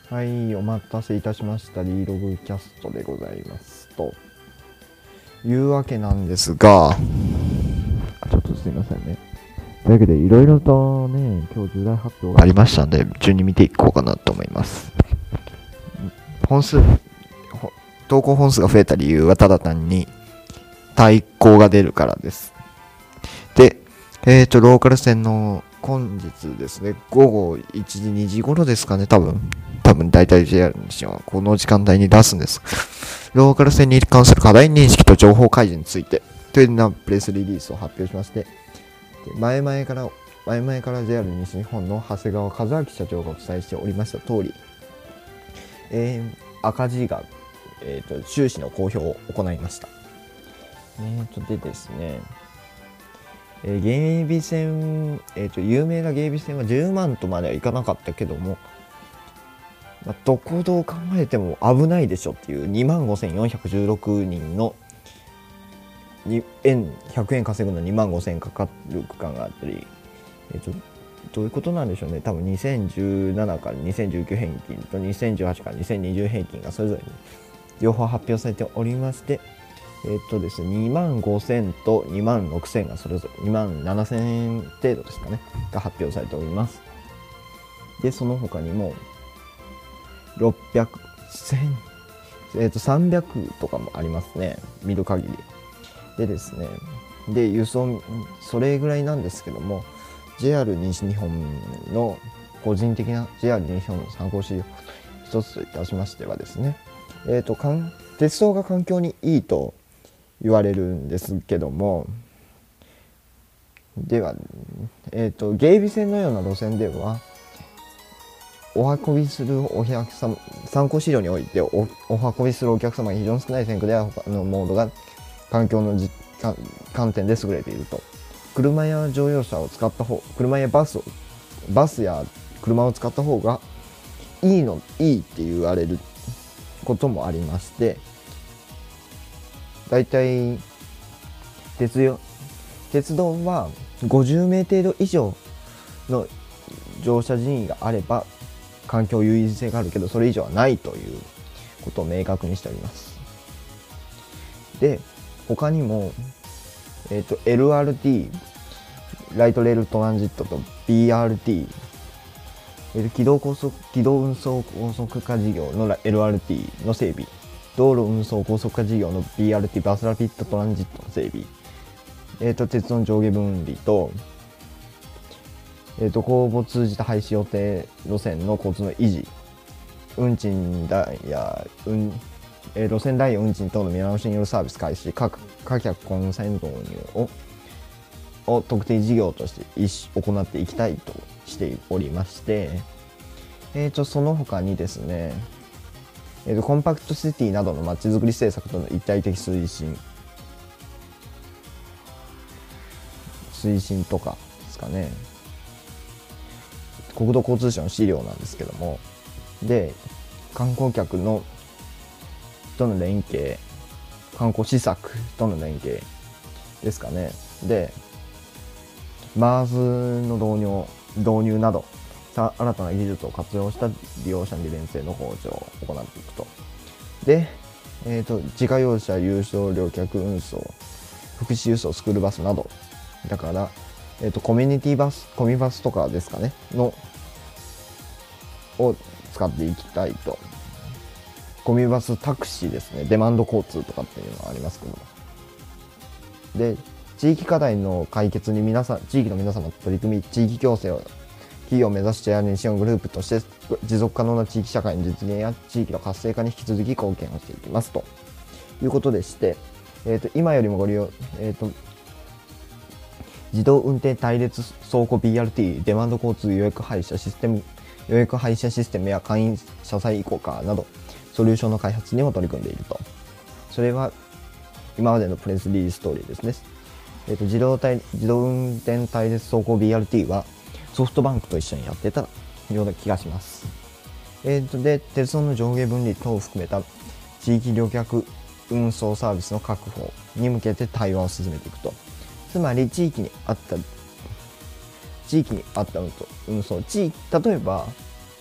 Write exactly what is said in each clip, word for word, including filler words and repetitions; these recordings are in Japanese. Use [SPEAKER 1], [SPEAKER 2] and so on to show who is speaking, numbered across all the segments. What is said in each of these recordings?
[SPEAKER 1] はい、お待たせいたしました。リーログキャストでございますというわけなんですが、あ、ちょっとすいませんね。というわけで、いろいろとね、今日重大発表がありましたので、順に見ていこうかなと思います。本数、投稿本数が増えた理由はただ単に対抗が出るからです。で、えっと、ローカル線の本日ですね、午後いちじ、にじ頃ですかね、多分。多分大体 ジェイアール にしはこの時間帯に出すんです。ローカル線に関する課題認識と情報開示について、というなプレスリリースを発表しまして、前々から、前々から ジェイアール 西日本の長谷川和明社長がお伝えしておりました通り、えー、赤字が、えーと、収支の公表を行いました。えーと、でですね、えー、芸備線、えーと、有名な芸備線はじゅうまんとまではいかなかったけども、まあ、どこどう考えても危ないでしょっていうにまんごせんよんひゃくじゅうろくにんの円ひゃくえん稼ぐのにまんごせんかかる区間があったり、えーと、どういうことなんでしょうね。多分にせんじゅうななからにせんじゅうきゅう平均とにせんじゅうはちからにせんにじゅう平均がそれぞれに両方発表されておりまして、えっとですね、にまんごせんとにまんろくせんがそれぞれにまんななせんえん程度ですかね、が発表されております。で、その他にも、ろっぴゃく、せん、えっと、さんびゃくとかもありますね、見る限り。でですね、で、輸送、それぐらいなんですけども、ジェイアール 西日本の個人的な ジェイアール 西日本の参考資料一つといたしましてはですね、えっと、鉄道が環境にいいと言われるんですけども、では、えーと、芸備線のような路線ではお運びするお客様、参考資料において お, お運びするお客様が非常に少ない線区では他のモードが環境の観点で優れていると。車や乗用車を使った方、車やバスをバスや車を使った方がいいのいいって言われることもありまして、だいたい鉄よ鉄道はごじゅうめい程度以上の乗車人員があれば環境優位性があるけど、それ以上はないということを明確にしております。で、他にも、えーと、エルアールティー ライトレールトランジットと ビーアールティー、えー、軌道高速軌道運送高速化事業の エルアールティー の整備、道路運送高速化事業の ビーアールティー バスラピッドトランジットの整備、えーと、鉄道の上下分離と、えーと、公募を通じた廃止予定路線の交通の維持、運賃ダイヤ、運えー、路線ダイヤ運賃等の見直しによるサービス開始、各貨客混載の導入をを特定事業として行っていきたいとしておりまして、えーと、その他にですね、えーと、コンパクトシティなどのまちづくり政策との一体的推進推進とかですかね。国土交通省の資料なんですけども、で、観光客のとの連携、観光施策との連携ですかね。で、マーズの導入導入など新たな技術を活用した利用者利便性の向上を行っていくと。で、えーと、自家用車、有償旅客運送、福祉輸送、スクールバスなど、だから、えーと、コミュニティバス、コミバスとかですかね、の、を使っていきたいと。コミバスタクシーですね、デマンド交通とかっていうのがありますけども。で、地域課題の解決に皆さん、地域の皆様と取り組み、地域共生を企業を目指して ジェイアール 西日本グループとして持続可能な地域社会の実現や地域の活性化に引き続き貢献をしていきますということでして、えー、と今よりもご利用、えー、と自動運転隊列倉庫 ビーアールティー デマンド交通予約配車システム予約配車システムや会員車載移行化などソリューションの開発にも取り組んでいると。それは今までのプレスリリース通りですね。えー、と自動体自動運転隊列走行 ビーアールティー はソフトバンクと一緒にやってたような気がします。えー、とで鉄道の上下分離等を含めた地域旅客運送サービスの確保に向けて対話を進めていくと。つまり地域に合った地域に合った運送地例えば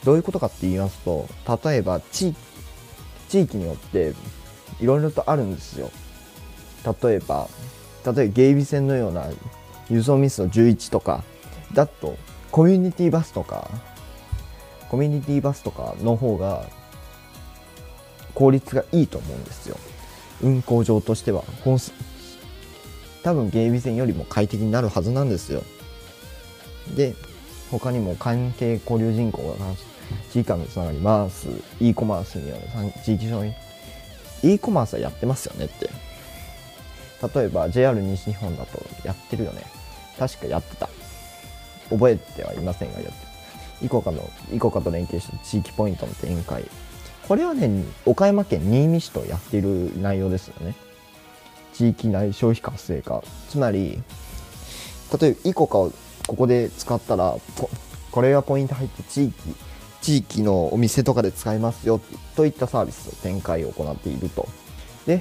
[SPEAKER 1] どういうことかって言いますと、例えば地域地域によっていろいろとあるんですよ。例えば例えば芸備線のような輸送ミスのじゅういちとかだと、コミュニティバスとかコミュニティバスとかの方が効率がいいと思うんですよ。運行上としては本数多分芸備線よりも快適になるはずなんですよ。で他にも関係交流人口が地域間でつながります。 e コマースによる地域消費 e コマースはやってますよねって。例えば ジェイアール 西日本だとやってるよね。確かやってた。覚えてはいませんがやってる。イコカのイコカと連携した地域ポイントの展開、これはね岡山県新見市とやっている内容ですよね。地域内消費活性化、つまり例えばイコカをここで使ったら こ, これがポイント入って地域地域のお店とかで使えますよといったサービスの展開を行っていると。で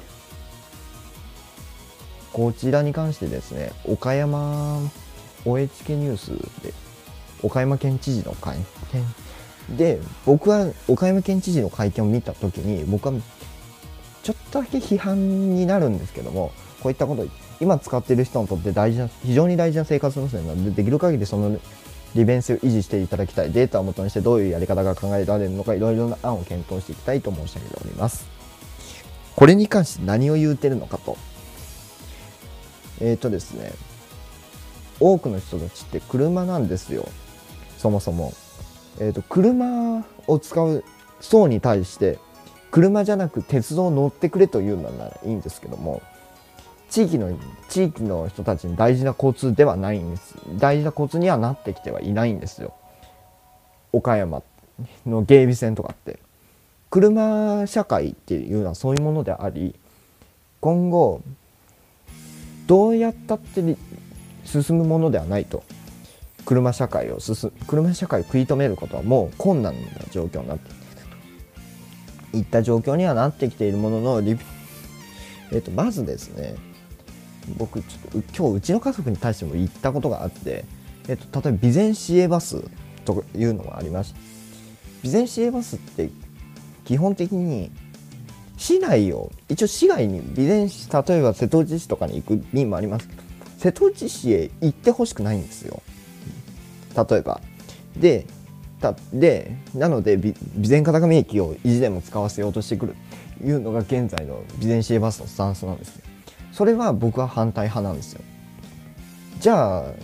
[SPEAKER 1] こちらに関してですね、岡山 オーエイチケー ニュースで岡山県知事の会見で、僕は岡山県知事の会見を見たときに、僕はちょっとだけ批判になるんですけども、こういったこと今使っている人にとって大事な非常に大事な生活路線なので、できる限りその利便性を維持していただきたい。データを元にしてどういうやり方が考えられるのか、いろいろな案を検討していきたいと申し上げております。これに関して何を言うてるのかと、えーとですね多くの人たちって車なんですよ。そもそも、えーと車を使う層に対して車じゃなく鉄道乗ってくれというのならいいんですけども、地域の地域の人たちに大事な交通ではないんです。大事な交通にはなってきてはいないんですよ。岡山の芸備線とかって車社会っていうのはそういうものであり、今後どうやったって進むものではないと。車社会を進車社会を食い止めることはもう困難な状況になっているといった状況にはなってきているものの、リえっとまずですね、僕ちょっと今日うちの家族に対しても言ったことがあって、えっと例えば備前市営バスというのがありました。備前市営バスって基本的に市内を一応市外に備前市、例えば瀬戸内市とかに行く便もありますけど、瀬戸内市へ行ってほしくないんですよ。例えばでたでなので備前片上駅を意地でも使わせようとしてくるというのが現在の備前市営バスのスタンスなんですね。それは僕は反対派なんですよ。じゃあ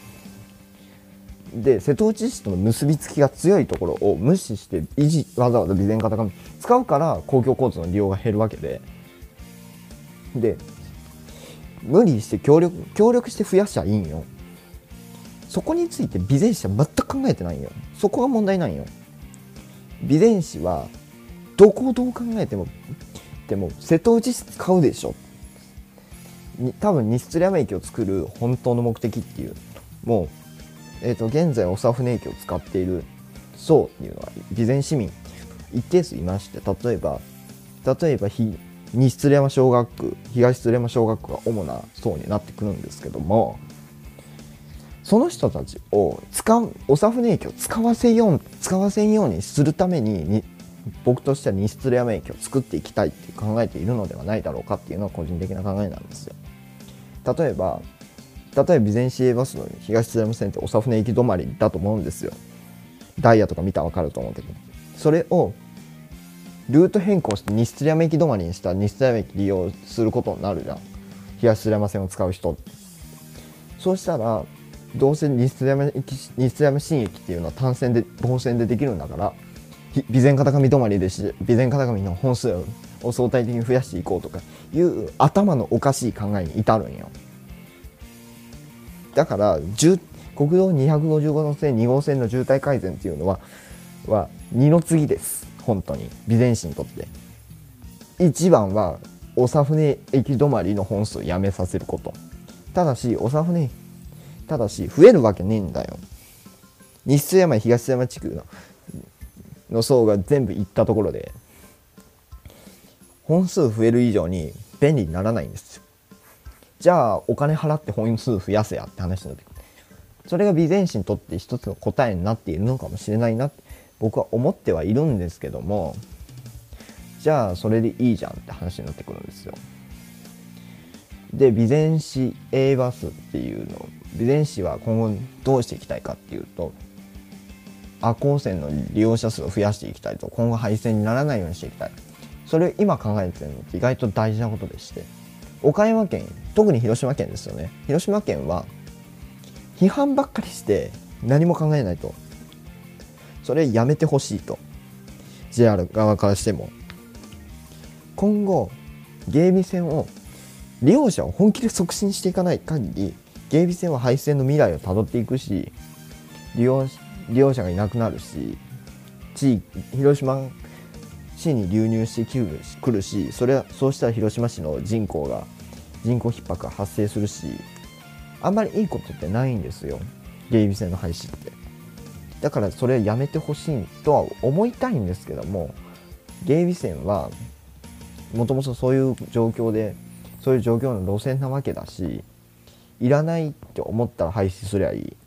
[SPEAKER 1] で瀬戸内市との結びつきが強いところを無視して維持わざわざ備前片上使うから公共交通の利用が減るわけで、で無理して協力協力して増やしちゃいいんよ。そこについて備前市は全く考えてないんよ。そこが問題なんよ。備前市はどこをどう考えてもでも瀬戸内市使うでしょ。多分西鶴山駅を作る本当の目的っていうもう、えー、と現在長船駅を使っている層っていうのは備前市民一定数いまして、例えば例えば西鶴山小学区、東鶴山小学区が主な層になってくるんですけども、その人たちを使う長船駅を使わせよう使わせんようにするために、に僕としては西鶴山駅を作っていきたいって考えているのではないだろうかっていうのは個人的な考えなんですよ。例えば例えば備前市営バスの東鶴山線って長船駅止まりだと思うんですよ。ダイヤとか見たら分かると思うけど、それをルート変更して西鶴山駅止まりにしたら西鶴山駅利用することになるじゃん、東鶴山線を使う人。そうしたらどうせ西鶴山駅西鶴山新駅っていうのは単線で本線でできるんだから、備前片上止まりでし備前片上の本数を相対的に増やしていこうとかいう頭のおかしい考えに至るんよ。だから国道にひゃくごじゅうご号線に号線の渋滞改善っていうのはは二の次です。本当に備前市にとって一番は長船駅止まりの本数をやめさせること。ただし長船ただし増えるわけねえんだよ。西津山東津山地区のの層が全部行ったところで本数増える以上に便利にならないんですよ。じゃあお金払って本数増やせやって話になってくる。それが備前市にとって一つの答えになっているのかもしれないなって僕は思ってはいるんですけども、じゃあそれでいいじゃんって話になってくるんですよ。で備前市 A バスっていうの、備前市は今後どうしていきたいかっていうと、赤穂線の利用者数を増やしていきたいと、今後廃線にならないようにしていきたい、それを今考えてるのって意外と大事なことでして、岡山県、特に広島県ですよね。広島県は批判ばっかりして何も考えないと、それやめてほしいと、 ジェイアール 側からしても。今後芸備線を利用者を本気で促進していかない限り、芸備線は廃線の未来をたどっていくし、利用利用者がいなくなるし、地域広島市に流入してくるし、それはそうしたら広島市の人口が人口逼迫が発生するし、あんまりいいことってないんですよ、芸備線の廃止って。だからそれをやめてほしいとは思いたいんですけども、芸備線はもともとそういう状況で、そういう状況の路線なわけだし、いらないって思ったら廃止すりゃいい。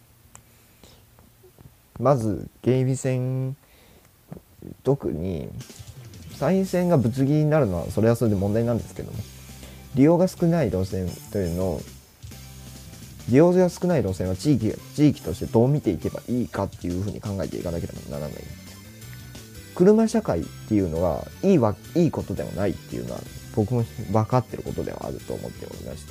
[SPEAKER 1] まず芸備線、特に再線がぶつ切りになるのはそれはそれで問題なんですけども、利用が少ない路線というのを、利用が少ない路線は地域地域としてどう見ていけばいいかっていうふうに考えていかなければならない。車社会っていうのはいいわいいことではないっていうのは僕も分かってることではあると思っておりまして、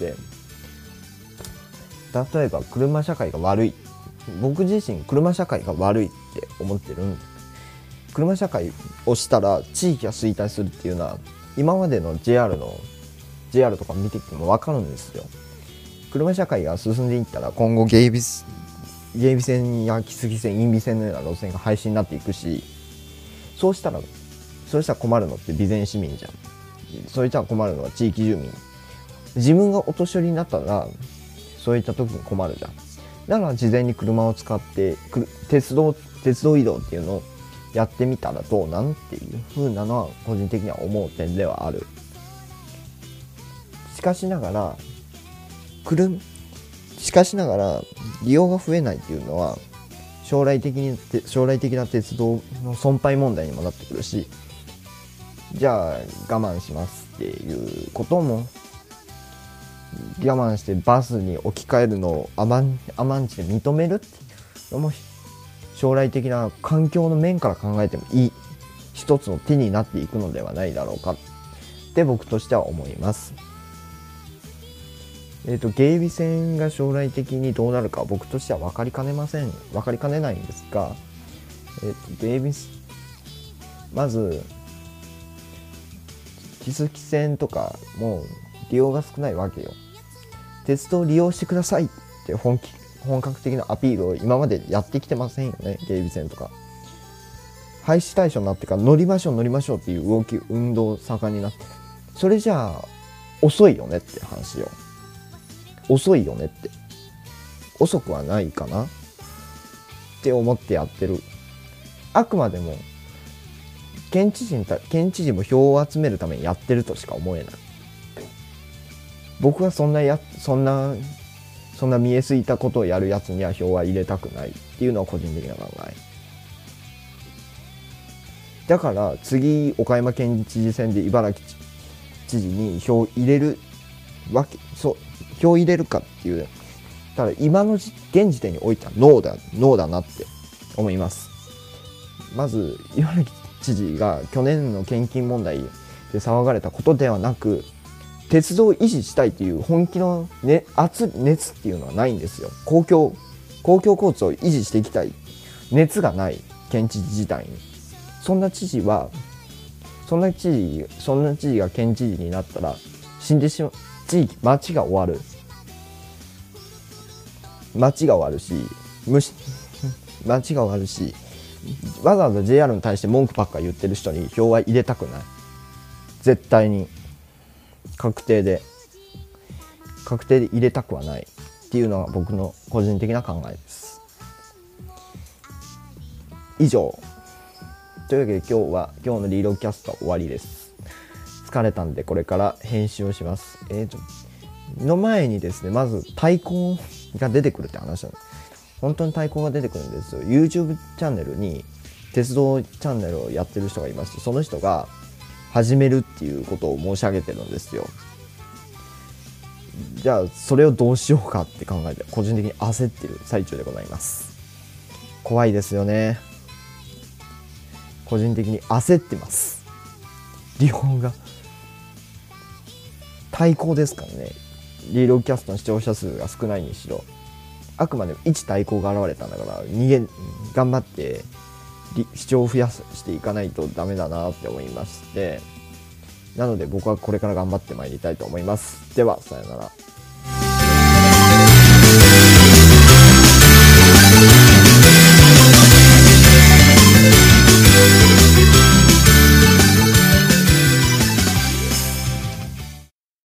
[SPEAKER 1] 例えば車社会が悪い、僕自身車社会が悪いって思ってるんです。車社会をしたら地域が衰退するっていうのは今までの ジェイアール の ジェイアール とか見てきても分かるんですよ。車社会が進んでいったら今後芸備芸備線や木杉線、因美線のような路線が廃止になっていくし、そうしたらそうしたら困るのって備前市民じゃん。そういったら困るのは地域住民。自分がお年寄りになったらそういった時に困るじゃん。だから事前に車を使って鉄道鉄道移動っていうのをやってみたらどうなんっていう風なのは個人的には思う点ではある。しかしながら車しかしながら利用が増えないっていうのは将来的に将来的な鉄道の損廃問題にもなってくるし、じゃあ我慢しますっていうことも、我慢してバスに置き換えるのを甘ん甘んじて認めるっていうのも将来的な環境の面から考えてもいい一つの手になっていくのではないだろうかって僕としては思います。えーと、芸備線が将来的にどうなるか僕としては分かりかねません分かりかねないんですが、えーと、芸備まず木次線とかも利用が少ないわけよ。鉄道を利用してくださいって本気本格的なアピールを今までやってきてませんよね。芸備線とか廃止対象になってから乗りましょう乗りましょうっていう動き運動盛んになって、それじゃあ遅いよねって話よ。遅いよねって、遅くはないかなって思ってやってる。あくまでも県知事に県知事も票を集めるためにやってるとしか思えない。僕はそんなやそんなそんな見えすぎたことをやるやつには票は入れたくないっていうのは個人的な考えだから、次岡山県知事選で茨城知事に票入れるわけ、そう票入れるかっていう、ただ今の現時点においてはノーだノーだなって思います。まず茨城知事が去年の献金問題で騒がれたことではなく、鉄道を維持したいという本気の、ね、熱熱っていうのはないんですよ。公共公共交通を維持していきたい熱がない県知事自体に。そんな知事はそんな知事そんな知事が県知事になったら死んでしまう。地域町が終わる町が終わるし無し町が終わるしわざわざ ジェイアール に対して文句ばっか言ってる人に票は入れたくない。絶対に確定で確定で入れたくはないっていうのが僕の個人的な考えです。以上というわけで今日は今日のリードキャストは終わりです。疲れたんでこれから編集をします。えーとの前にですね、まず対抗が出てくるって話なの。本当に対抗が出てくるんですよ。 YouTube チャンネルに鉄道チャンネルをやってる人がいまして、その人が始めるっていうことを申し上げてるんですよ。じゃあそれをどうしようかって考えて、個人的に焦ってる最中でございます。怖いですよね。個人的に焦ってます。利用が対抗ですからね。リーローキャストの視聴者数が少ないにしろ、あくまでも一対抗が現れたんだから、逃げ頑張って視聴を増やしていかないとダメだなって思いまして、なので僕はこれから頑張ってまいりたいと思います。ではさよなら。